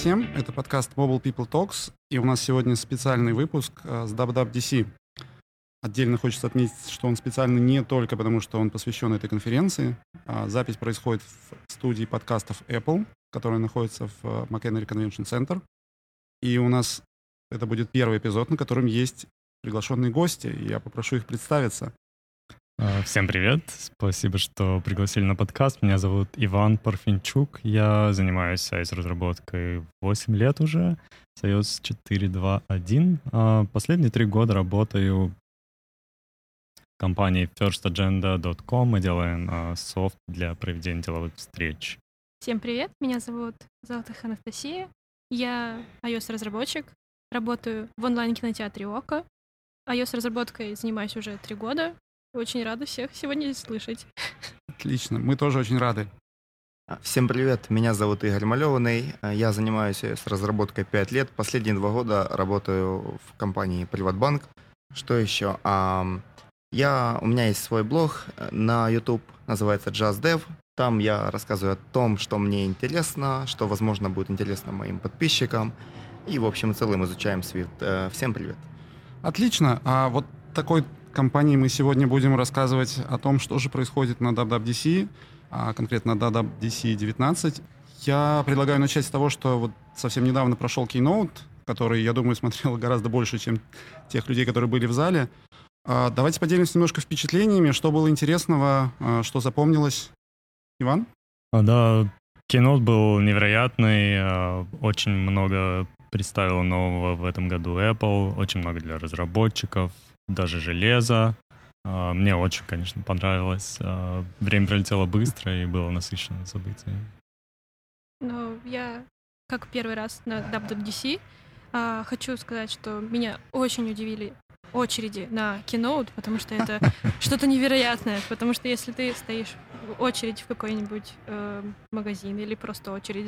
всем, это подкаст Mobile People Talks, и у нас сегодня специальный выпуск с WWDC. Отдельно хочется отметить, что он специальный не только потому, что он посвящен этой конференции. Запись происходит в студии подкастов Apple, которая находится в McHenry Convention Center. И у нас это будет первый эпизод, на котором есть приглашенные гости, и я попрошу их представиться. Всем привет, спасибо, что пригласили на подкаст. Меня зовут Иван Парфенчук, я занимаюсь iOS-разработкой 8 лет уже, с iOS 4.2.1. Последние 3 года работаю в компании firstagenda.com, мы делаем софт для проведения деловых встреч. Всем привет, меня зовут Золотых Анастасия, я iOS-разработчик, работаю в онлайн-кинотеатре ОКО. iOS-разработкой занимаюсь уже 3 года. Очень рада всех сегодня здесь слышать. Отлично, мы тоже очень рады. Всем привет, меня зовут Игорь Малеванный, я занимаюсь с разработкой 5 лет, последние 2 года работаю в компании Приватбанк. Что еще? У меня есть свой блог на YouTube, называется JustDev. Там я рассказываю о том, что мне интересно, что, возможно, будет интересно моим подписчикам. И, в общем и целом, изучаем Swift. Всем привет. Отлично. А вот такой компании мы сегодня будем рассказывать о том, что же происходит на WWDC, а конкретно на WWDC 19. Я предлагаю начать с того, что вот совсем недавно прошел Keynote, который, я думаю, смотрел гораздо больше, чем тех людей, которые были в зале. Давайте поделимся немножко впечатлениями, что было интересного, что запомнилось. Иван? Да, Keynote был невероятный, очень много представила нового в этом году Apple, очень много для разработчиков, даже железо. Мне очень, конечно, понравилось. Время пролетело быстро и было насыщенное событие. Но я, как первый раз на WWDC, хочу сказать, что меня очень удивили очереди на Keynote, потому что это что-то невероятное. Потому что если ты стоишь в очередь в какой-нибудь магазин или просто очередь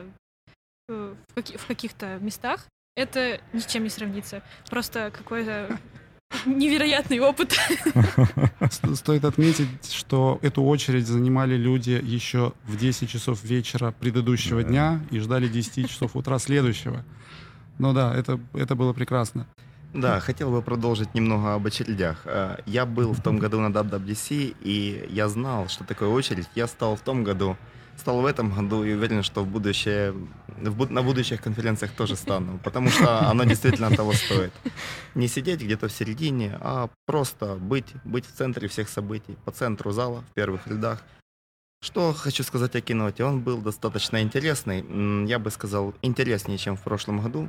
в каких-то местах, это ничем не сравнится. Просто какой-то невероятный опыт. Стоит отметить, что эту очередь занимали люди еще в 10 часов вечера предыдущего дня и ждали 10 часов утра следующего. Но да, это было прекрасно. Да, хотел бы продолжить немного об очередях. Я был в том году на WWDC, и я знал, что такое очередь. Я стал в этом году и уверен, что на будущих конференциях тоже стану, потому что оно действительно того стоит. Не сидеть где-то в середине, а просто быть в центре всех событий, по центру зала, в первых рядах. Что хочу сказать о Keynote? Он был достаточно интересный, я бы сказал, интереснее, чем в прошлом году,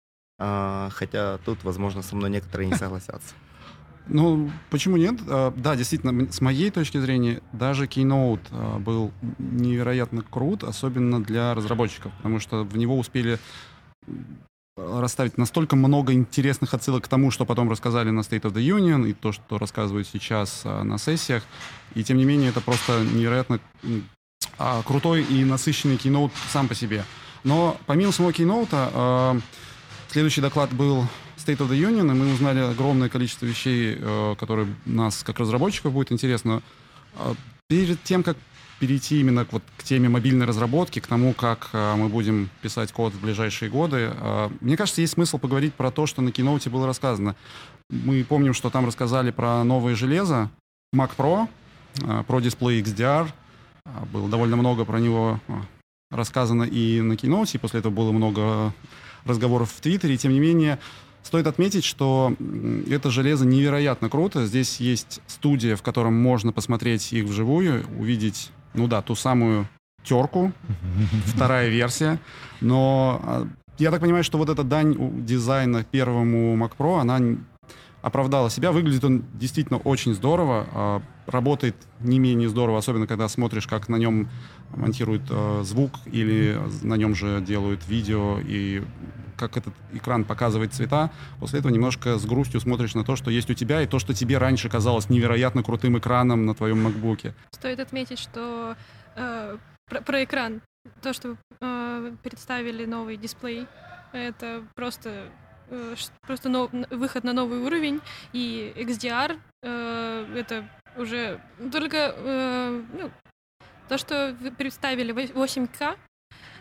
хотя тут, возможно, со мной некоторые не согласятся. Ну, почему нет? Да, действительно, с моей точки зрения, даже Keynote был невероятно крут, особенно для разработчиков, потому что в него успели расставить настолько много интересных отсылок к тому, что потом рассказали на State of the Union, и то, что рассказывают сейчас на сессиях. И тем не менее, это просто невероятно крутой и насыщенный Keynote сам по себе. Но помимо самого Keynote, следующий доклад был State of the Union, и мы узнали огромное количество вещей, которые нас, как разработчиков, будет интересно. Перед тем, как перейти именно к теме мобильной разработки, к тому, как мы будем писать код в ближайшие годы, мне кажется, есть смысл поговорить про то, что на Keynote было рассказано. Мы помним, что там рассказали про новое железо, Mac Pro, про дисплей XDR. Было довольно много про него рассказано и на Keynote, и после этого было много разговоров в Твиттере, и тем не менее стоит отметить, что это железо невероятно круто. Здесь есть студия, в котором можно посмотреть их вживую, увидеть, ту самую терку, вторая версия. Но я так понимаю, что вот эта дань дизайна первому Mac Pro, она оправдала себя. Выглядит он действительно очень здорово, работает не менее здорово, особенно когда смотришь, как на нем монтируют звук или на нем же делают видео, и как этот экран показывает цвета. После этого немножко с грустью смотришь на то, что есть у тебя, и то, что тебе раньше казалось невероятно крутым экраном на твоем макбуке. Стоит отметить, что про экран, то, что представили новый дисплей, это просто выход на новый уровень, и XDR это уже только то, что вы представили 8К,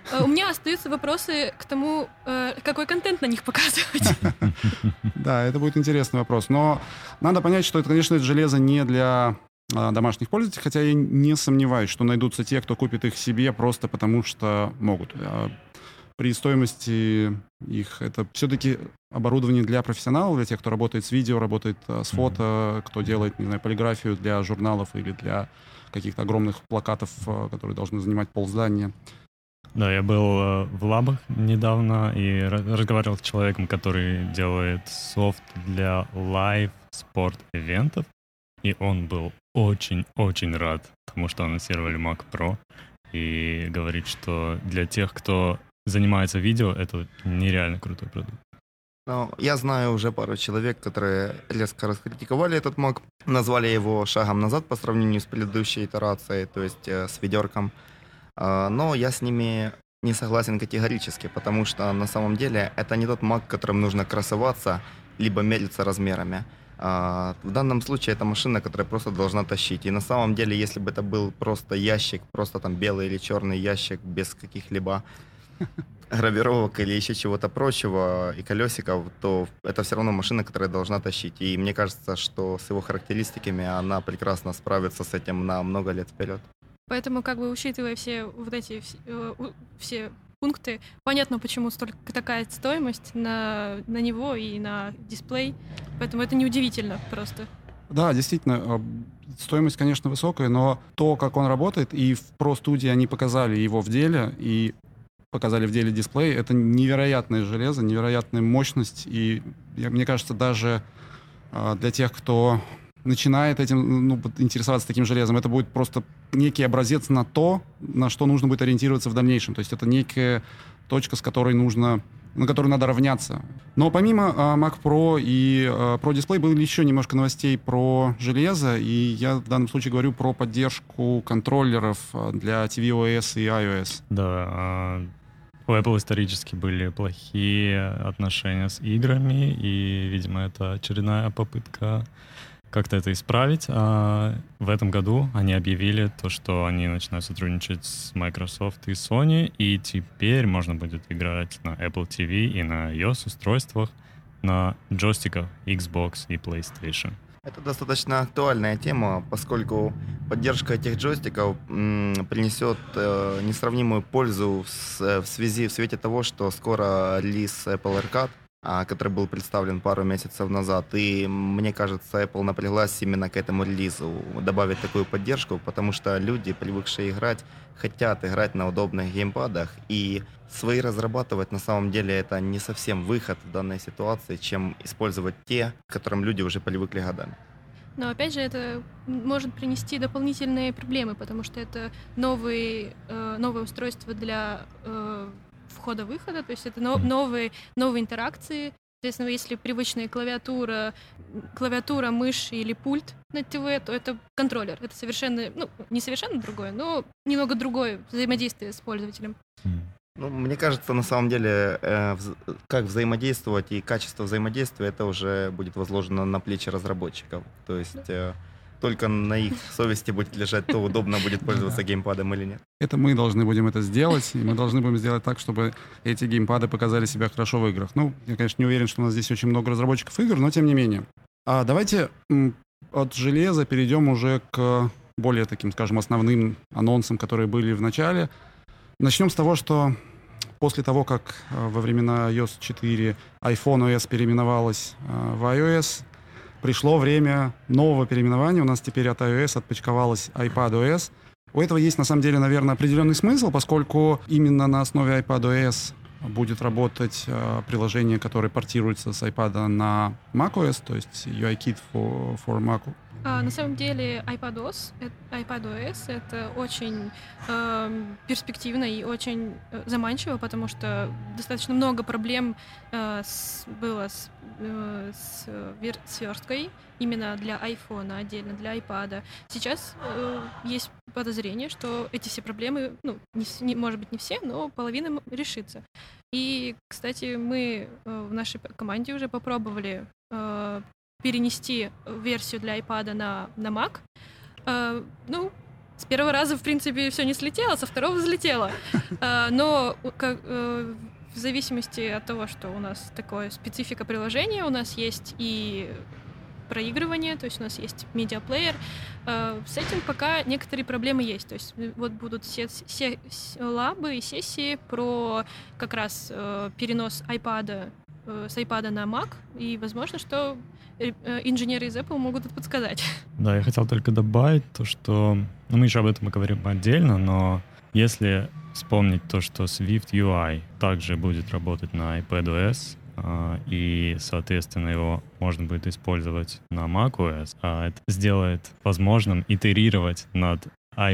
У меня остаются вопросы к тому, какой контент на них показывать. Да, это будет интересный вопрос. Но надо понять, что это, конечно, это железо не для домашних пользователей, хотя я не сомневаюсь, что найдутся те, кто купит их себе просто потому, что могут. При стоимости их это все-таки оборудование для профессионалов, для тех, кто работает с видео, работает с фото, кто делает, не знаю, полиграфию для журналов или для каких-то огромных плакатов, которые должны занимать полздания. Да, я был в лабах недавно и разговаривал с человеком, который делает софт для лайв-спорт-ивентов, и он был очень-очень рад тому, что анонсировали Mac Pro, и говорит, что для тех, кто занимается видео, это нереально крутой продукт. Ну, я знаю уже пару человек, которые резко раскритиковали этот Mac, назвали его шагом назад по сравнению с предыдущей итерацией, то есть с ведерком. Но я с ними не согласен категорически, потому что на самом деле это не тот Mac, которым нужно красоваться, либо мериться размерами. В данном случае это машина, которая просто должна тащить. И на самом деле, если бы это был просто ящик, просто там белый или черный ящик без каких-либо гравировок или еще чего-то прочего и колесиков, то это все равно машина, которая должна тащить. И мне кажется, что с его характеристиками она прекрасно справится с этим на много лет вперед. Поэтому, как бы учитывая все вот эти все пункты, понятно, почему столько такая стоимость на него и на дисплей. Поэтому это неудивительно просто. Да, действительно, стоимость, конечно, высокая, но то, как он работает, и в Pro Studio они показали его в деле, и показали в деле дисплей, это невероятное железо, невероятная мощность, и мне кажется, даже для тех, кто начинает этим, интересоваться таким железом, это будет просто некий образец на то, на что нужно будет ориентироваться в дальнейшем. То есть это некая точка, на которую надо равняться. Но помимо Mac Pro и Pro Display было еще немножко новостей про железо, и я в данном случае говорю про поддержку контроллеров для tvOS и iOS. Да, у Apple исторически были плохие отношения с играми, и, видимо, это очередная попытка как-то это исправить. А в этом году они объявили то, что они начинают сотрудничать с Microsoft и Sony, и теперь можно будет играть на Apple TV и на iOS-устройствах на джойстиках Xbox и PlayStation. Это достаточно актуальная тема, поскольку поддержка этих джойстиков принесет несравнимую пользу в свете того, что скоро релиз Apple Arcade, который был представлен пару месяцев назад. И мне кажется, Apple напряглась именно к этому релизу, добавить такую поддержку, потому что люди, привыкшие играть, хотят играть на удобных геймпадах, и свои разрабатывать на самом деле это не совсем выход в данной ситуации, чем использовать те, к которым люди уже привыкли годами. Но опять же, это может принести дополнительные проблемы, потому что это новое устройство для входа-выхода, то есть это новые интеракции. Соответственно, если привычная клавиатура, мышь или пульт на ТВ, то это контроллер. Это совершенно, не совершенно другое, но немного другое взаимодействие с пользователем. Мне кажется, на самом деле, как взаимодействовать и качество взаимодействия, это уже будет возложено на плечи разработчиков. То есть только на их совести будет лежать, то удобно будет пользоваться геймпадом или нет. Это мы должны будем это сделать, и мы должны будем сделать так, чтобы эти геймпады показали себя хорошо в играх. Я, конечно, не уверен, что у нас здесь очень много разработчиков игр, но тем не менее. Давайте от железа перейдем уже к более таким, скажем, основным анонсам, которые были в начале. Начнем с того, что после того, как во времена iOS 4 iPhone OS переименовалась в iOS, пришло время нового переименования. У нас теперь от iOS отпочковалась iPadOS. У этого есть, на самом деле, наверное, определенный смысл, поскольку именно на основе iPadOS будет работать приложение, которое портируется с iPad на macOS, то есть UIKit for Mac. На самом деле iPadOS это очень перспективно и очень заманчиво, потому что достаточно много проблем было с сверсткой именно для iPhone, отдельно для iPad. Сейчас есть подозрение, что эти все проблемы, может быть не все, но половина решится. И, кстати, мы в нашей команде уже попробовали перенести версию для iPad на Mac. с первого раза, в принципе, все не слетело, со второго взлетело. Но в зависимости от того, что у нас такое специфика приложения, у нас есть и проигрывание, то есть у нас есть медиаплеер. С этим пока некоторые проблемы есть. То есть вот будут все лабы и сессии про как раз перенос iPad с iPad на Mac, и возможно, что инженеры из Apple могут это подсказать. Да, я хотел только добавить то, что... Ну, мы еще об этом говорим отдельно, но если вспомнить то, что Swift UI также будет работать на iPadOS, и, соответственно, его можно будет использовать на macOS, это сделает возможным итерировать над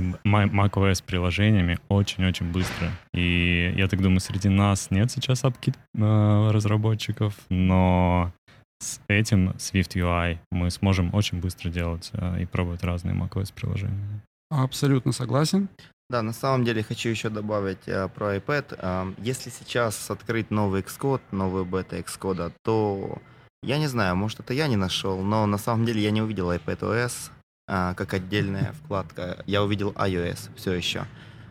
macOS приложениями очень-очень быстро. И я так думаю, среди нас нет сейчас апкит разработчиков, но с этим Swift UI мы сможем очень быстро делать и пробовать разные macOS приложения. Абсолютно согласен. Да, на самом деле хочу еще добавить про iPad. Если сейчас открыть новый Xcode, новую бета Xcode, то я не знаю, может это я не нашел, но на самом деле я не увидел iPadOS как отдельная вкладка. Я увидел iOS все еще.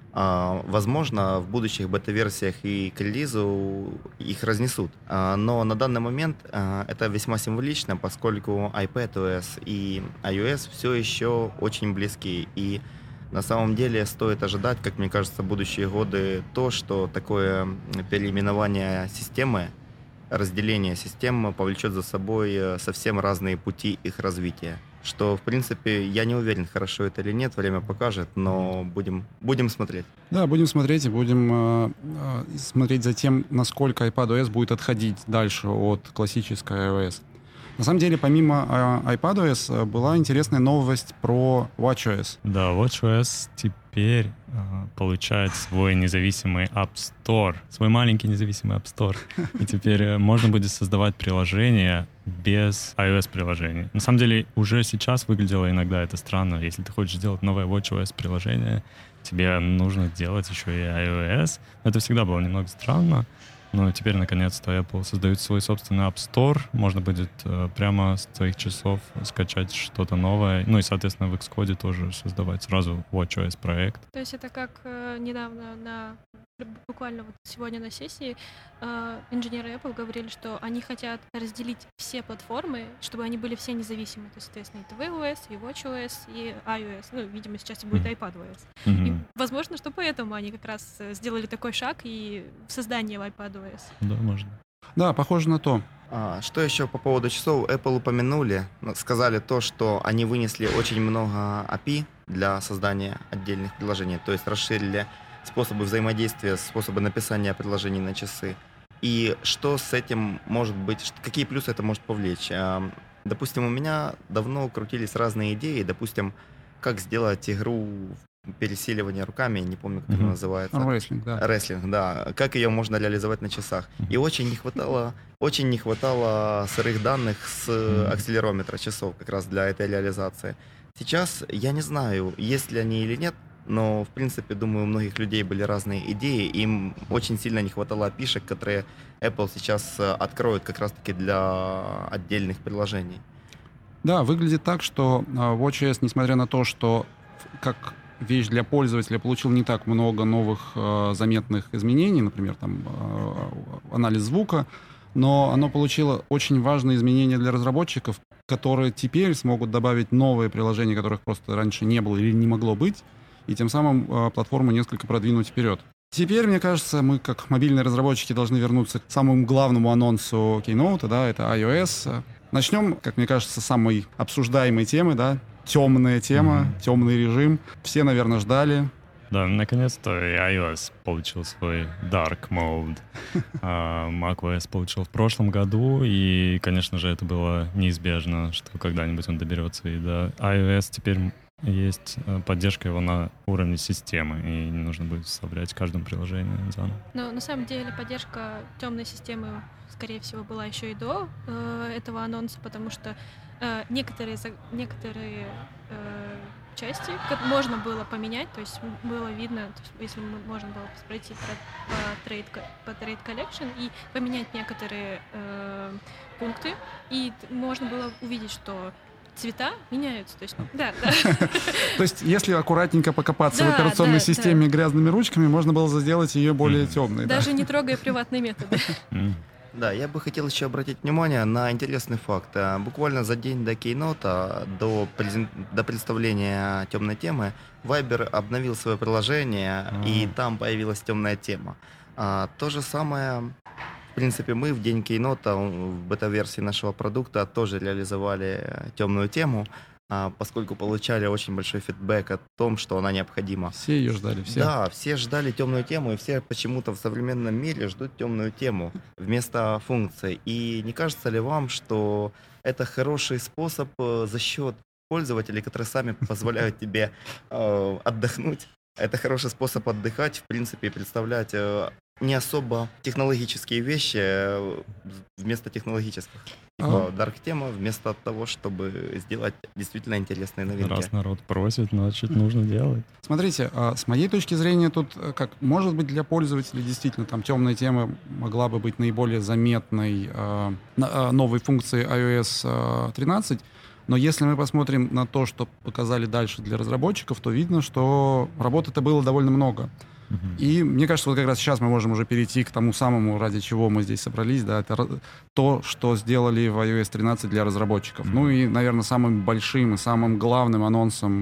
Возможно, в будущих бета-версиях и к релизу их разнесут. Но на данный момент это весьма символично, поскольку iPadOS и iOS все еще очень близки. И на самом деле стоит ожидать, как мне кажется, в будущие годы то, что такое переименование системы, разделение системы повлечет за собой совсем разные пути их развития. Что, в принципе, я не уверен, хорошо это или нет, время покажет, но будем смотреть. Да, будем смотреть и будем смотреть за тем, насколько iPadOS будет отходить дальше от классической iOS. На самом деле, помимо iPadOS, была интересная новость про WatchOS. Да, WatchOS теперь получает свой независимый App Store, свой маленький независимый App Store. И теперь можно будет создавать приложения без iOS-приложений. На самом деле, уже сейчас выглядело иногда это странно. Если ты хочешь сделать новое WatchOS-приложение, тебе нужно делать еще и iOS. Это всегда было немного странно. Но теперь, наконец-то, Apple создает свой собственный App Store. Можно будет прямо с твоих часов скачать что-то новое. Ну и, соответственно, в Xcode тоже создавать сразу WatchOS проект. То есть это как недавно буквально вот сегодня на сессии инженеры Apple говорили, что они хотят разделить все платформы, чтобы они были все независимы. То есть, соответственно, и tvOS, и WatchOS, и iOS. Ну, видимо, сейчас и будет iPadOS. И, возможно, что поэтому они как раз сделали такой шаг и в создании iPadOS. Да, можно. Да, похоже на то. Что еще по поводу часов? Apple упомянули, сказали то, что они вынесли очень много API для создания отдельных приложений, то есть расширили способы взаимодействия, способы написания приложений на часы. И что с этим может быть, какие плюсы это может повлечь? Допустим, у меня давно крутились разные идеи, допустим, как сделать игру пересиливания руками, не помню, как она называется. Рестлинг, да. Рестлинг, да. Как ее можно реализовать на часах. И очень не хватало сырых данных с акселерометра часов как раз для этой реализации. Сейчас я не знаю, есть ли они или нет, но, в принципе, думаю, у многих людей были разные идеи, им очень сильно не хватало опишек, которые Apple сейчас откроет как раз-таки для отдельных приложений. Да, выглядит так, что WatchOS, несмотря на то, что как вещь для пользователя получил не так много новых заметных изменений, например, там анализ звука, но оно получило очень важные изменения для разработчиков, которые теперь смогут добавить новые приложения, которых просто раньше не было или не могло быть, и тем самым платформу несколько продвинуть вперед. Теперь, мне кажется, мы, как мобильные разработчики, должны вернуться к самому главному анонсу Keynote, да, это iOS. Начнем, как мне кажется, с самой обсуждаемой темы, да, темная тема, темный режим. Все, наверное, ждали. Да, наконец-то и iOS получил свой Dark Mode. macOS получил в прошлом году, и, конечно же, это было неизбежно, что когда-нибудь он доберется и до iOS. Теперь есть поддержка его на уровне системы, и не нужно будет вставлять в каждом приложении заново. Но на самом деле поддержка темной системы, скорее всего, была еще и до этого анонса, потому что некоторые части можно было поменять, то есть было видно, если можно было пройти по Trade Collection и поменять некоторые пункты, и можно было увидеть, что цвета меняются. То есть, да. То есть, если аккуратненько покопаться в Да, операционной да, системе грязными ручками, можно было сделать ее более Мгм. темной. да? Даже не трогая приватные методы. Да, я бы хотел еще обратить внимание на интересный факт. Буквально за день до кейнота, до представления темной темы, Viber обновил свое приложение, и там появилась темная тема. То же самое, в принципе, мы в день кейнота в бета-версии нашего продукта тоже реализовали темную тему, поскольку получали очень большой фидбэк о том, что она необходима. Все ее ждали, все. Да, все ждали темную тему, и все почему-то в современном мире ждут темную тему вместо функций. И не кажется ли вам, что это хороший способ за счет пользователей, которые сами позволяют тебе отдохнуть? Это хороший способ отдыхать, в принципе, и представлять не особо технологические вещи вместо технологических. Dark тема вместо того, чтобы сделать действительно интересные новинки. Раз народ просит, значит, нужно делать. Смотрите, с моей точки зрения, тут, как может быть, для пользователей действительно там темная тема могла бы быть наиболее заметной новой функцией iOS 13, но если мы посмотрим на то, что показали дальше для разработчиков, то видно, что работы-то было довольно много. И мне кажется, вот как раз сейчас мы можем уже перейти к тому самому, ради чего мы здесь собрались, да, это то, что сделали в iOS 13 для разработчиков. Ну и, наверное, самым большим и самым главным анонсом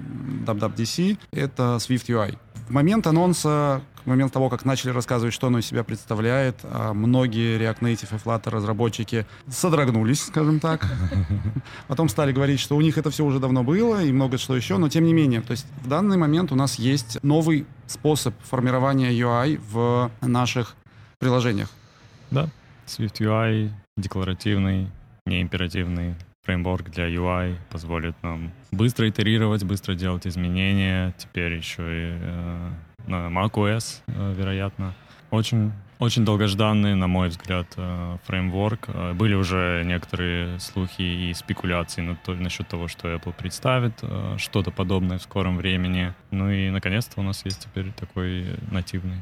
WWDC — это SwiftUI. В момент анонса, в момент того, как начали рассказывать, что оно из себя представляет, многие React Native и Flutter разработчики содрогнулись, скажем так. Потом стали говорить, что у них это все уже давно было и много что еще, но тем не менее. То есть в данный момент у нас есть новый способ формирования UI в наших приложениях. Да, SwiftUI декларативный, неимперативный фреймворк для UI позволит нам быстро итерировать, быстро делать изменения. Теперь еще и на macOS, вероятно. Очень, очень долгожданный, на мой взгляд, фреймворк. Были уже некоторые слухи и спекуляции насчет того, что Apple представит что-то подобное в скором времени. Ну и, наконец-то, у нас есть теперь такой нативный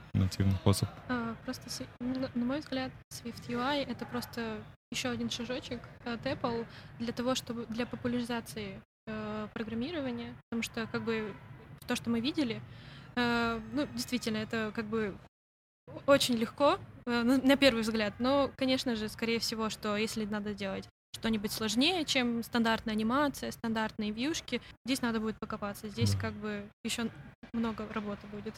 способ. Просто, на мой взгляд, SwiftUI — это просто еще один шажочек от Apple для того, чтобы для популяризации программирования, потому что как бы то, что мы видели, ну, действительно, это как бы очень легко на первый взгляд, но, конечно же, скорее всего, что если надо делать что-нибудь сложнее, чем стандартная анимация, стандартные вьюшки, здесь надо будет покопаться, здесь как бы еще много работы будет.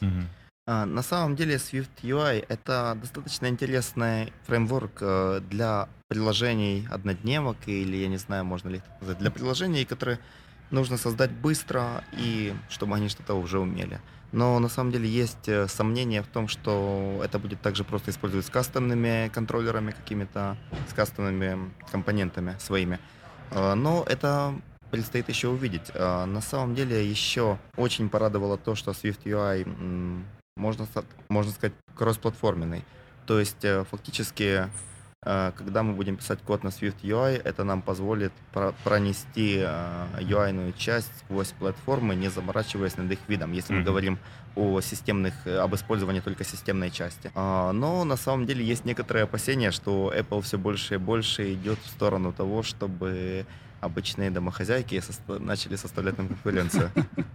На самом деле SwiftUI — это достаточно интересный фреймворк для приложений однодневок, или, я не знаю, можно ли это сказать, для приложений, которые нужно создать быстро, и чтобы они что-то уже умели. Но на самом деле есть сомнения в том, что это будет также просто использовать с кастомными контроллерами какими-то, с кастомными компонентами своими. Но это предстоит еще увидеть. На самом деле еще очень порадовало то, что SwiftUI, можно сказать, кроссплатформенный. То есть фактически, когда мы будем писать код на SwiftUI, это нам позволит пронести UI-ную часть сквозь платформы, не заморачиваясь над их видом, если мы говорим об использовании только системной части. Но на самом деле есть некоторые опасения, что Apple все больше и больше идет в сторону того, чтобы обычные домохозяйки начали составлять нам конкуренцию.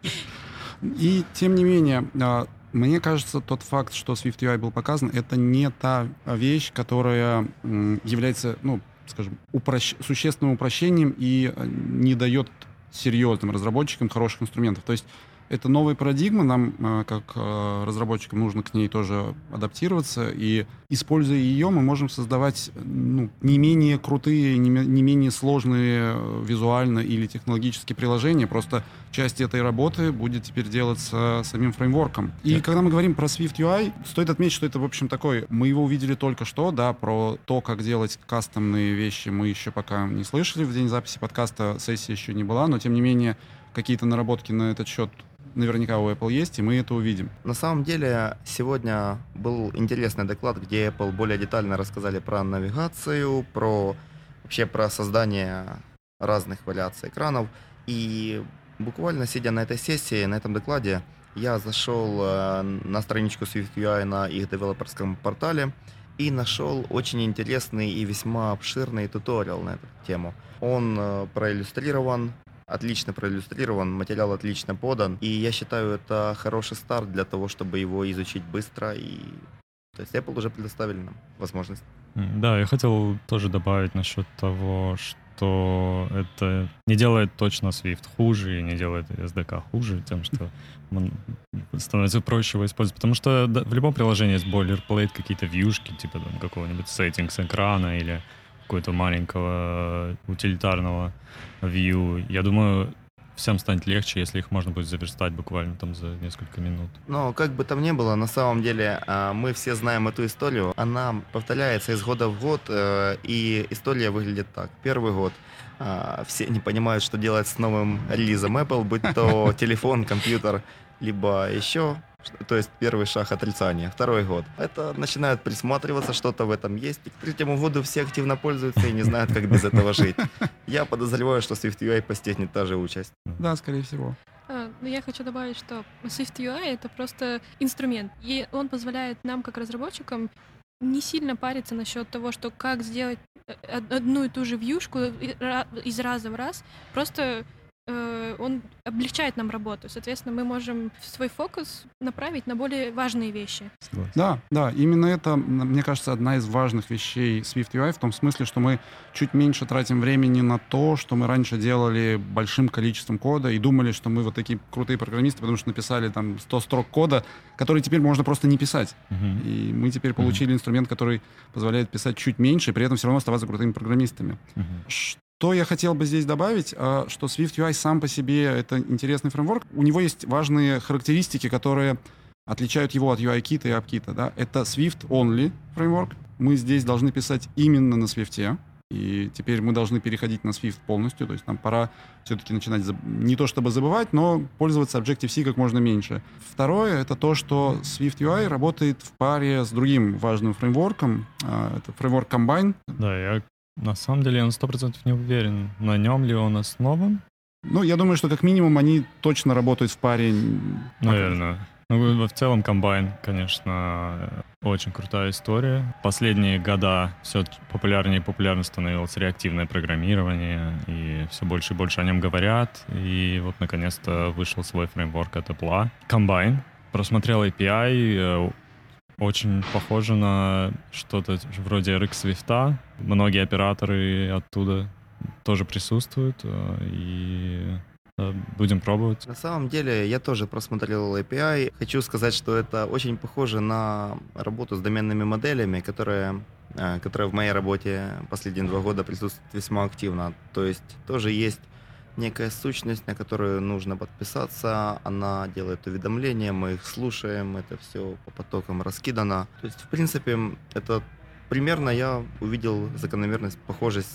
И тем не менее, мне кажется, тот факт, что SwiftUI был показан, это не та вещь, которая является, ну, скажем, существенным упрощением и не дает серьезным разработчикам хороших инструментов. То есть это новая парадигма, нам, как разработчикам, нужно к ней тоже адаптироваться, и, используя ее, мы можем создавать не менее крутые, не менее сложные визуально или технологически приложения, просто часть этой работы будет теперь делаться самим фреймворком. И когда мы говорим про SwiftUI, стоит отметить, что это, в общем, такой, мы его увидели только что, да, про то, как делать кастомные вещи, мы еще пока не слышали, в день записи подкаста сессия еще не была, но, тем не менее, какие-то наработки на этот счет наверняка у Apple есть, и мы это увидим. На самом деле, сегодня был интересный доклад, где Apple более детально рассказали про навигацию, вообще про создание разных вариаций экранов. И буквально сидя на этой сессии, на этом докладе, я зашел на страничку SwiftUI на их девелоперском портале и нашел очень интересный и весьма обширный туториал на эту тему. Он проиллюстрирован, отлично проиллюстрирован, материал отлично подан, и я считаю, это хороший старт для того, чтобы его изучить быстро, и то есть Apple уже предоставили нам возможность. Да, я хотел тоже добавить насчет того, что это не делает точно Swift хуже и не делает SDK хуже тем, что становится проще его использовать. Потому что в любом приложении есть boilerplate, какие-то вьюшки, типа там какого-нибудь settings экрана или какого-то маленького утилитарного view. Я думаю, всем станет легче, если их можно будет заверстать буквально там за несколько минут. Но как бы там ни было, на самом деле мы все знаем эту историю. Она повторяется из года в год, и история выглядит так. Первый год все не понимают, что делать с новым релизом Apple, будь то телефон, компьютер, либо еще. То есть первый шаг отрицания. Второй год. Это начинают присматриваться, что-то в этом есть. И к третьему году все активно пользуются и не знают, как без этого жить. Я подозреваю, что SwiftUI постигнет та же участь. Да, скорее всего. Но я хочу добавить, что SwiftUI — это просто инструмент. И он позволяет нам, как разработчикам, не сильно париться насчет того, что как сделать одну и ту же вьюшку из раза в раз. Просто он облегчает нам работу. Соответственно, мы можем свой фокус направить на более важные вещи. Да, именно это, мне кажется, одна из важных вещей SwiftUI, в том смысле, что мы чуть меньше тратим времени на то, что мы раньше делали большим количеством кода и думали, что мы вот такие крутые программисты, потому что написали там 100 строк кода, которые теперь можно просто не писать. И мы теперь получили инструмент, который позволяет писать чуть меньше и при этом все равно оставаться крутыми программистами. Что я хотел бы здесь добавить, что SwiftUI сам по себе — это интересный фреймворк. У него есть важные характеристики, которые отличают его от UIKit и AppKit. Да? Это Swift-only фреймворк. Мы здесь должны писать именно на Swift. И теперь мы должны переходить на Swift полностью. То есть нам пора все-таки начинать не то чтобы забывать, но пользоваться Objective-C как можно меньше. Второе — это то, что SwiftUI работает в паре с другим важным фреймворком. Это фреймворк Combine. Да, я на самом деле на 100% не уверен, на нем ли он основан. Ну, я думаю, что как минимум они точно работают в паре. Наверное. Ну, в целом, Combine, конечно, очень крутая история. Последние года все популярнее и популярнее становилось реактивное программирование, и все больше и больше о нем говорят. И вот, наконец-то, вышел свой фреймворк от Apple. Combine. Просмотрел API, очень похоже на что-то вроде RX Swift. Многие операторы оттуда тоже присутствуют, и будем пробовать. На самом деле, я тоже просмотрел API. Хочу сказать, что это очень похоже на работу с доменными моделями, которая в моей работе последние 2 года присутствует весьма активно. То есть тоже есть некая сущность, на которую нужно подписаться, она делает уведомления, мы их слушаем, это все по потокам раскидано. То есть, в принципе, это примерно я увидел закономерность, похожесть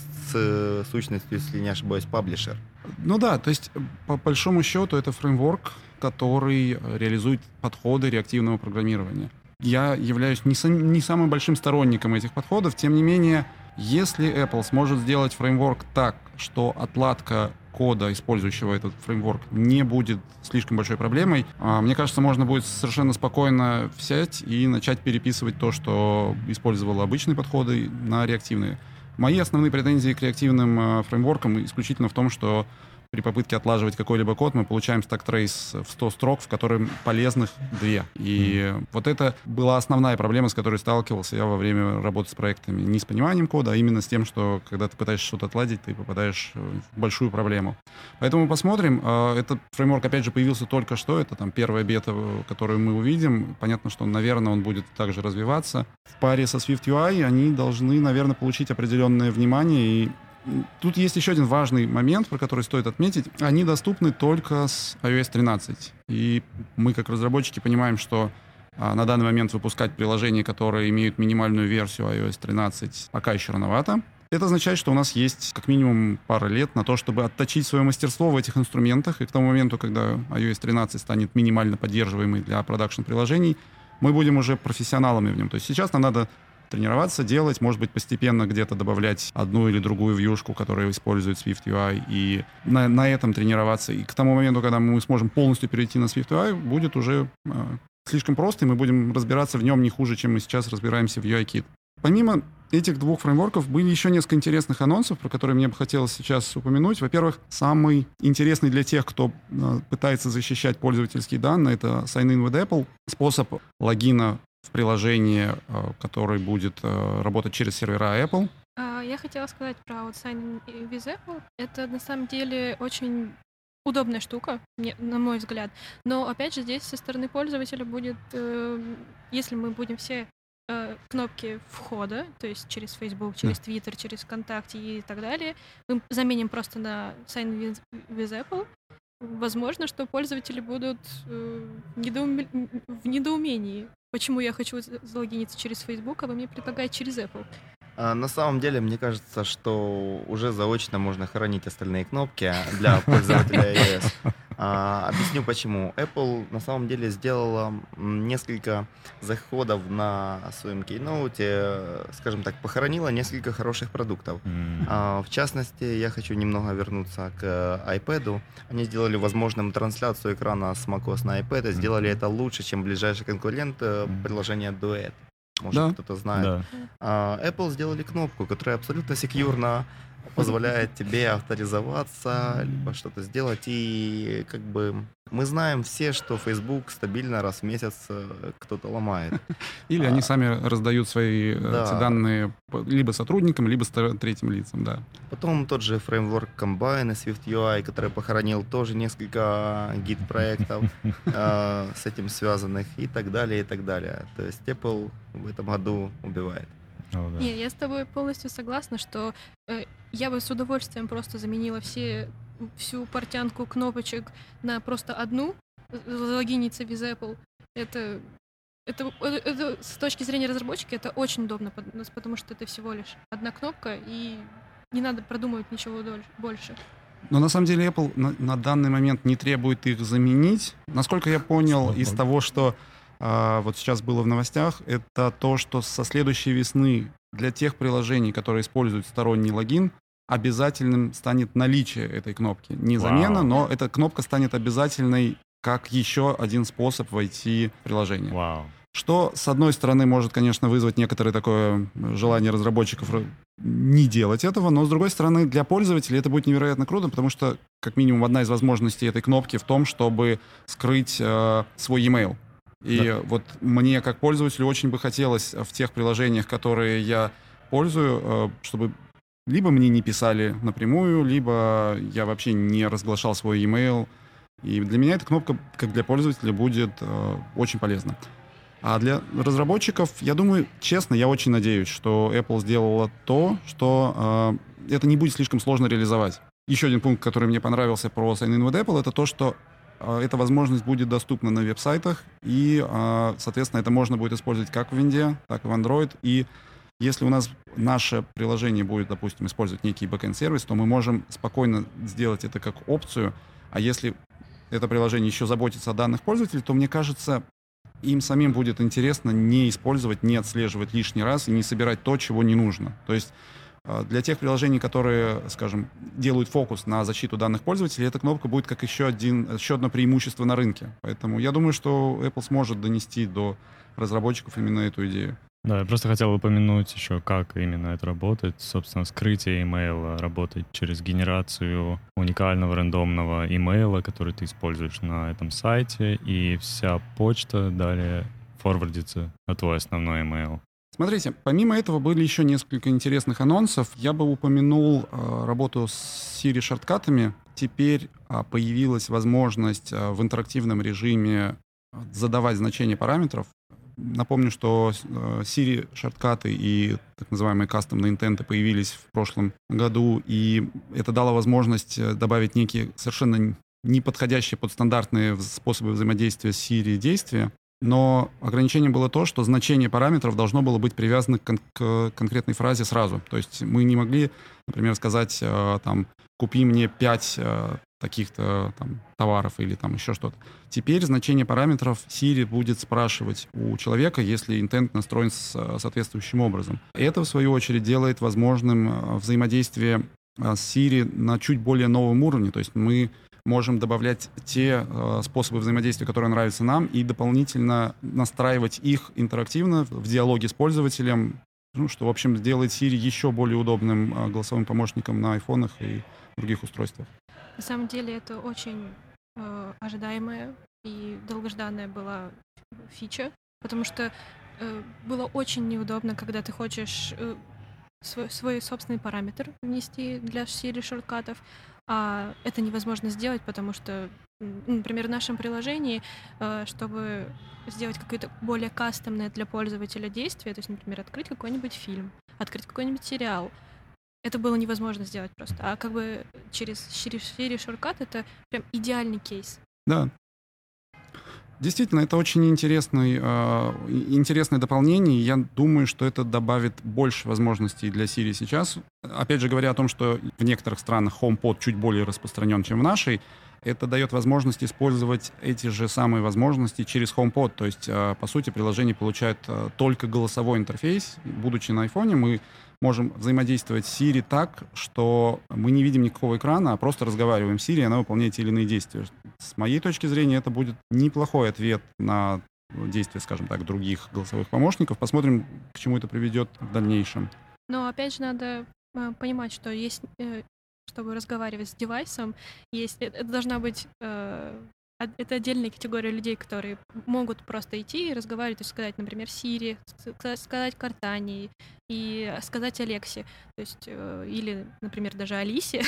с сущностью, если не ошибаюсь, Publisher. Ну да, то есть, по большому счету, это фреймворк, который реализует подходы реактивного программирования. Я являюсь не самым большим сторонником этих подходов, тем не менее, если Apple сможет сделать фреймворк так, что отладка кода, использующего этот фреймворк, не будет слишком большой проблемой, мне кажется, можно будет совершенно спокойно взять и начать переписывать то, что использовало обычные подходы, на реактивные. Мои основные претензии к реактивным фреймворкам исключительно в том, что при попытке отлаживать какой-либо код мы получаем stack-trace в 100 строк, в котором полезных 2. И вот это была основная проблема, с которой сталкивался я во время работы с проектами. Не с пониманием кода, а именно с тем, что когда ты пытаешься что-то отладить, ты попадаешь в большую проблему. Поэтому посмотрим. Этот фреймворк, опять же, появился только что. Это там первая бета, которую мы увидим. Понятно, что, наверное, он будет также развиваться. В паре со SwiftUI они должны, наверное, получить определенное внимание. И тут есть еще один важный момент, про который стоит отметить. Они доступны только с iOS 13. И мы, как разработчики, понимаем, что на данный момент выпускать приложения, которые имеют минимальную версию iOS 13, пока еще рановато. Это означает, что у нас есть как минимум пара лет на то, чтобы отточить свое мастерство в этих инструментах. И к тому моменту, когда iOS 13 станет минимально поддерживаемой для продакшн-приложений, мы будем уже профессионалами в нем. То есть сейчас нам надо тренироваться, делать, может быть, постепенно где-то добавлять одну или другую вьюшку, которая использует SwiftUI, и на этом тренироваться. И к тому моменту, когда мы сможем полностью перейти на SwiftUI, будет уже слишком просто, и мы будем разбираться в нем не хуже, чем мы сейчас разбираемся в UIKit. Помимо этих двух фреймворков были еще несколько интересных анонсов, про которые мне бы хотелось сейчас упомянуть. Во-первых, самый интересный для тех, кто пытается защищать пользовательские данные, это Sign-in with Apple, способ логина в приложение, который будет работать через сервера Apple. Я хотела сказать про вот Sign with Apple. Это на самом деле очень удобная штука, на мой взгляд. Но опять же здесь со стороны пользователя будет, если мы будем все кнопки входа, то есть через Facebook, через Twitter, через ВКонтакте и так далее, мы заменим просто на Sign with Apple, возможно, что пользователи будут в недоумении. Почему я хочу залогиниться через Facebook, а вы мне предлагаете через Apple? На самом деле, мне кажется, что уже заочно можно хоронить остальные кнопки для пользователя iOS. Объясню почему. Apple на самом деле сделала несколько заходов на своем Keynote, скажем так, похоронила несколько хороших продуктов. В частности, я хочу немного вернуться к iPad. Они сделали возможным трансляцию экрана с macOS на iPad, и сделали это лучше, чем ближайший конкурент приложения Duet. Может, кто-то знает. Да. Apple сделали кнопку, которая абсолютно секьюрно позволяет тебе авторизоваться, либо что-то сделать. И как бы мы знаем все, что Facebook стабильно раз в месяц кто-то ломает. Или они сами раздают свои эти данные либо сотрудникам, либо третьим лицам. Да. Потом тот же фреймворк Combine и SwiftUI, который похоронил тоже несколько гид-проектов с этим связанных и так далее, и так далее. То есть Apple в этом году убивает. Не, я с тобой полностью согласна, что я бы с удовольствием просто заменила всю портянку кнопочек на просто одну, залогиниться без Apple. Это с точки зрения разработчика это очень удобно, потому что это всего лишь одна кнопка, и не надо продумывать ничего больше. Но на самом деле Apple на данный момент не требует их заменить. Насколько я понял из того, что вот сейчас было в новостях, это то, что со следующей весны для тех приложений, которые используют сторонний логин, обязательным станет наличие этой кнопки. Не замена, но эта кнопка станет обязательной как еще один способ войти в приложение. Что, с одной стороны, может, конечно, вызвать некоторое такое желание разработчиков не делать этого, но, с другой стороны, для пользователей это будет невероятно круто, потому что, как минимум, одна из возможностей этой кнопки в том, чтобы скрыть свой e-mail. И вот мне, как пользователю, очень бы хотелось в тех приложениях, которые я пользую, чтобы либо мне не писали напрямую, либо я вообще не разглашал свой e-mail. И для меня эта кнопка, как для пользователя, будет очень полезна. А для разработчиков, я думаю, честно, я очень надеюсь, что Apple сделала то, что это не будет слишком сложно реализовать. Еще один пункт, который мне понравился про Sign-in with Apple, это то, что эта возможность будет доступна на веб-сайтах, и, соответственно, это можно будет использовать как в Винде, так и в Android. И если у нас наше приложение будет, допустим, использовать некий бэкэнд-сервис, то мы можем спокойно сделать это как опцию. А если это приложение еще заботится о данных пользователей, то, мне кажется, им самим будет интересно не использовать, не отслеживать лишний раз и не собирать то, чего не нужно. То есть для тех приложений, которые, скажем, делают фокус на защиту данных пользователей, эта кнопка будет как еще одно преимущество на рынке. Поэтому я думаю, что Apple сможет донести до разработчиков именно эту идею. Да, я просто хотел упомянуть еще, как именно это работает. Собственно, скрытие имейла работает через генерацию уникального рандомного имейла, который ты используешь на этом сайте, и вся почта далее форвардится на твой основной имейл. Смотрите, помимо этого были еще несколько интересных анонсов. Я бы упомянул работу с Siri-шорткатами. Теперь появилась возможность в интерактивном режиме задавать значения параметров. Напомню, что Siri-шорткаты и так называемые кастомные интенты появились в прошлом году, и это дало возможность добавить некие совершенно неподходящие под стандартные способы взаимодействия с Siri действия. Но ограничение было то, что значение параметров должно было быть привязано к конкретной фразе сразу. То есть мы не могли, например, сказать, там, купи мне 5 таких-то там товаров или там еще что-то. Теперь значение параметров Siri будет спрашивать у человека, если интент настроен соответствующим образом. Это, в свою очередь, делает возможным взаимодействие с Siri на чуть более новом уровне. То есть мы можем добавлять те способы взаимодействия, которые нравятся нам, и дополнительно настраивать их интерактивно в диалоге с пользователем ну, что, в общем, сделает Siri еще более удобным голосовым помощником на айфонах и других устройствах. На самом деле это очень ожидаемая и долгожданная была фича, потому что было очень неудобно, когда ты хочешь свой собственный параметр внести для Siri шорткатов, а это невозможно сделать, потому что, например, в нашем приложении, чтобы сделать какое-то более кастомное для пользователя действие, то есть, например, открыть какой-нибудь фильм, открыть какой-нибудь сериал, это было невозможно сделать просто. А как бы через Siri шорткат это прям идеальный кейс. Да. Действительно, это очень интересное дополнение. Я думаю, что это добавит больше возможностей для Siri сейчас. Опять же, говоря о том, что в некоторых странах HomePod чуть более распространен, чем в нашей, это дает возможность использовать эти же самые возможности через HomePod. То есть, по сути, приложение получает только голосовой интерфейс. Будучи на iPhone, мы можем взаимодействовать с Siri так, что мы не видим никакого экрана, а просто разговариваем с Siri, и она выполняет те или иные действия. С моей точки зрения, это будет неплохой ответ на действия, скажем так, других голосовых помощников. Посмотрим, к чему это приведет в дальнейшем. Но опять же надо понимать, что есть, чтобы разговаривать с девайсом, это должна быть это отдельная категория людей, которые могут просто идти и разговаривать, то есть сказать, например, Siri, сказать Кортани и сказать Алексе, то есть или, например, даже Алисе.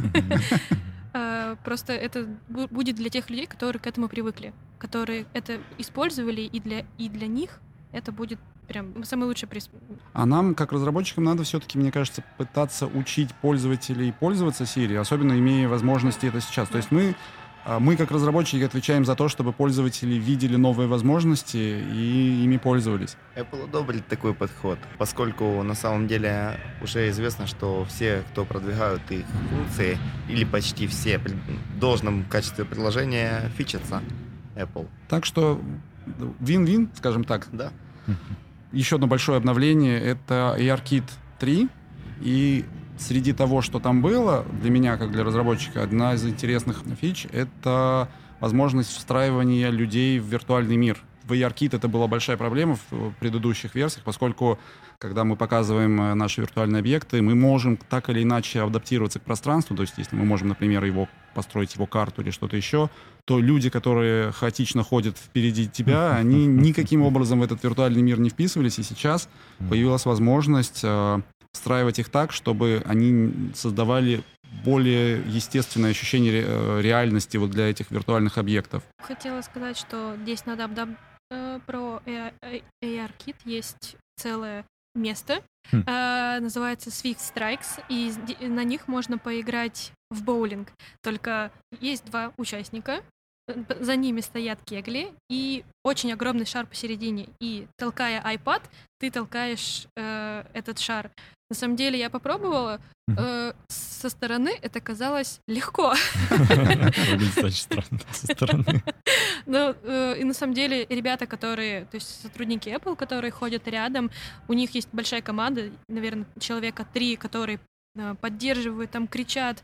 Просто это будет для тех людей, которые к этому привыкли, которые это использовали, и для них это будет прям самый лучший приз. А нам, как разработчикам, надо все-таки, мне кажется, пытаться учить пользователей пользоваться Siri, особенно имея возможности это сейчас. То есть мы, как разработчики, отвечаем за то, чтобы пользователи видели новые возможности и ими пользовались. Apple одобрит такой подход, поскольку на самом деле уже известно, что все, кто продвигают их функции, или почти все в должном качестве приложения, фичатся Apple. Так что win-win, скажем так. Да. Еще одно большое обновление — это ARKit 3, и среди того, что там было, для меня, как для разработчика, одна из интересных фич — это возможность встраивания людей в виртуальный мир. В ARKit это была большая проблема в предыдущих версиях, поскольку, когда мы показываем наши виртуальные объекты, мы можем так или иначе адаптироваться к пространству, то есть если мы можем, например, построить его карту или что-то еще, то люди, которые хаотично ходят впереди тебя, они никаким образом в этот виртуальный мир не вписывались, и сейчас появилась возможность встраивать их так, чтобы они создавали более естественное ощущение реальности вот для этих виртуальных объектов. Хотела сказать, что здесь на про ARKit есть целое место, называется Swift Strikes, и на них можно поиграть в боулинг. Только есть 2 участника, за ними стоят кегли и очень огромный шар посередине. И толкая iPad, ты толкаешь этот шар. На самом деле я попробовала, со стороны это казалось легко. Выглядит очень странно со стороны. И на самом деле ребята, которые, то есть сотрудники Apple, которые ходят рядом, у них есть большая команда, наверное, человека 3, которые поддерживают, там кричат,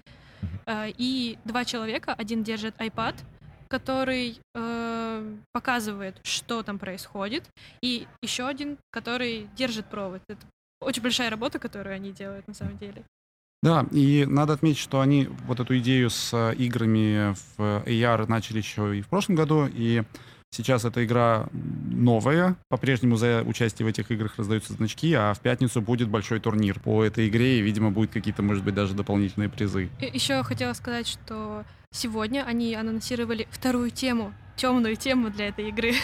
и 2 человека, один держит iPad, который показывает, что там происходит, и еще один, который держит провод. Это очень большая работа, которую они делают на самом деле. Да, и надо отметить, что они вот эту идею с играми в AR начали еще и в прошлом году, и сейчас эта игра новая, по-прежнему за участие в этих играх раздаются значки, а в пятницу будет большой турнир по этой игре, и, видимо, будут какие-то, может быть, даже дополнительные призы. Еще хотела сказать, что сегодня они анонсировали вторую тему, темную тему для этой игры.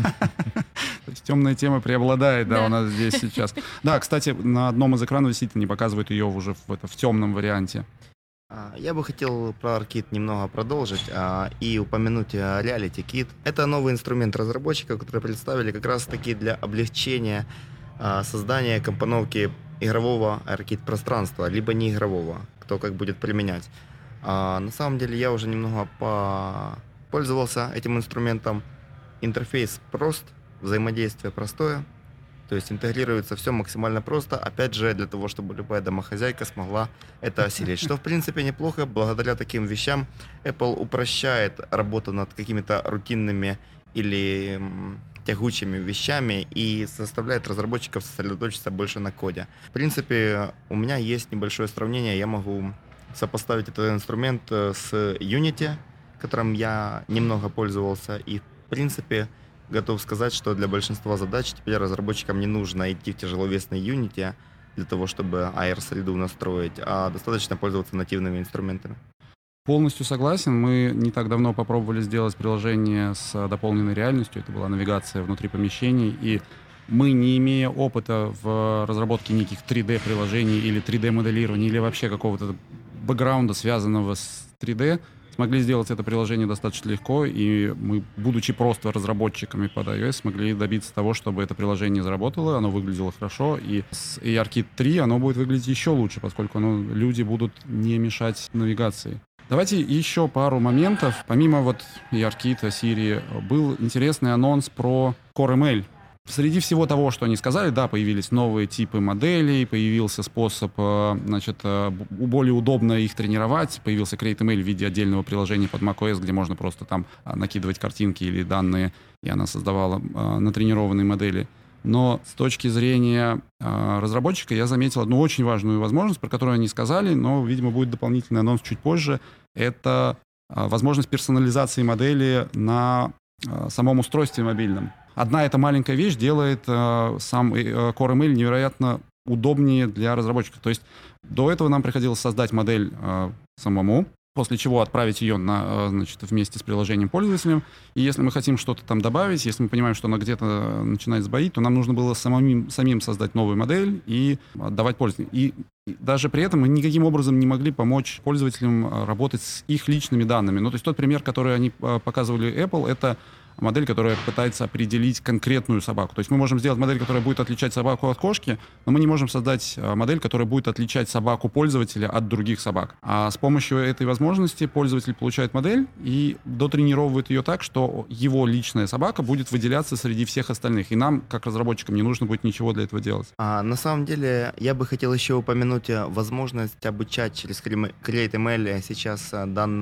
То есть темная тема преобладает, да, у нас здесь сейчас. Да, кстати, на одном из экранов действительно не показывают ее уже в темном варианте. Я бы хотел про ARKit немного продолжить и упомянуть Reality Kit. Это новый инструмент разработчиков, который представили как раз-таки для облегчения создания компоновки игрового ARKit-пространства, либо неигрового, кто как будет применять. На самом деле я уже немного пользовался этим инструментом. Интерфейс прост, взаимодействие простое, то есть интегрируется все максимально просто, опять же, для того, чтобы любая домохозяйка смогла это осилить. Что, в принципе, неплохо. Благодаря таким вещам Apple упрощает работу над какими-то рутинными или тягучими вещами и заставляет разработчиков сосредоточиться больше на коде. В принципе, у меня есть небольшое сравнение, я могу сопоставить этот инструмент с Unity, которым я немного пользовался, и, в принципе, готов сказать, что для большинства задач теперь разработчикам не нужно идти в тяжеловесный Unity для того, чтобы AR-среду настроить, а достаточно пользоваться нативными инструментами. Полностью согласен. Мы не так давно попробовали сделать приложение с дополненной реальностью. Это была навигация внутри помещений. И мы, не имея опыта в разработке неких 3D-приложений или 3D-моделирования, или вообще какого-то бэкграунда, связанного с 3D, смогли сделать это приложение достаточно легко. И мы, будучи просто разработчиками под iOS, смогли добиться того, чтобы это приложение заработало, оно выглядело хорошо. И с ARKit 3 оно будет выглядеть еще лучше, поскольку люди будут не мешать навигации. Давайте еще пару моментов. Помимо вот ARKit, Siri, был интересный анонс про Core ML. Среди всего того, что они сказали, да, появились новые типы моделей, появился способ, более удобно их тренировать, появился CreateML в виде отдельного приложения под macOS, где можно просто там накидывать картинки или данные, и она создавала натренированные модели. Но с точки зрения разработчика я заметил одну очень важную возможность, про которую они сказали, но, видимо, будет дополнительный анонс чуть позже. Это возможность персонализации модели на самом устройстве мобильном. Одна эта маленькая вещь делает сам Core ML невероятно удобнее для разработчиков. То есть до этого нам приходилось создать модель самому, после чего отправить ее вместе с приложением пользователям. И если мы хотим что-то там добавить, если мы понимаем, что она где-то начинает сбоить, то нам нужно было самим создать новую модель и отдавать пользователям. И даже при этом мы никаким образом не могли помочь пользователям работать с их личными данными. Ну, то есть тот пример, который они показывали Apple, это модель, которая пытается определить конкретную собаку. То есть мы можем сделать модель, которая будет отличать собаку от кошки, но мы не можем создать модель, которая будет отличать собаку пользователя от других собак. А с помощью этой возможности пользователь получает модель и дотренировывает ее так, что его личная собака будет выделяться среди всех остальных. И нам, как разработчикам, не нужно будет ничего для этого делать. На самом деле, я бы хотел еще упомянуть возможность обучать через CreateML сейчас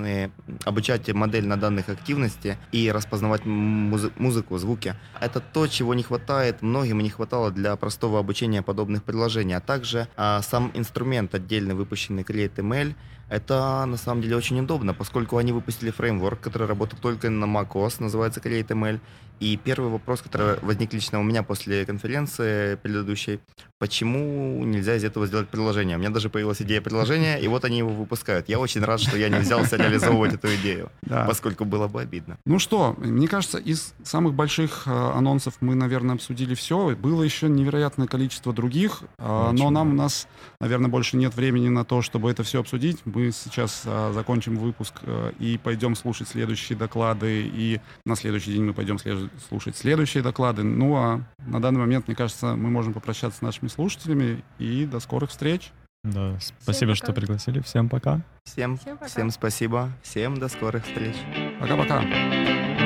обучать модель на данных активности и распознавать музыку, звуки. Это то, чего не хватает, многим не хватало для простого обучения подобных приложений. А также сам инструмент, отдельно выпущенный CreateML, это на самом деле очень удобно, поскольку они выпустили фреймворк, который работает только на macOS, называется CreateML. И первый вопрос, который возник лично у меня после конференции предыдущей, почему нельзя из этого сделать приложение? У меня даже появилась идея приложения, и вот они его выпускают. Я очень рад, что я не взялся реализовывать эту идею, поскольку было бы обидно. Ну что, мне кажется, из самых больших анонсов мы, наверное, обсудили все. Было еще невероятное количество других, но у нас, наверное, больше нет времени на то, чтобы это все обсудить. Мы сейчас закончим выпуск и пойдем слушать следующие доклады, и на следующий день мы пойдем слушать следующие доклады. Ну а на данный момент, мне кажется, мы можем попрощаться с нашими слушателями, и до скорых встреч. Да, спасибо, что пригласили. Всем пока. Всем спасибо. Всем до скорых встреч. Пока-пока.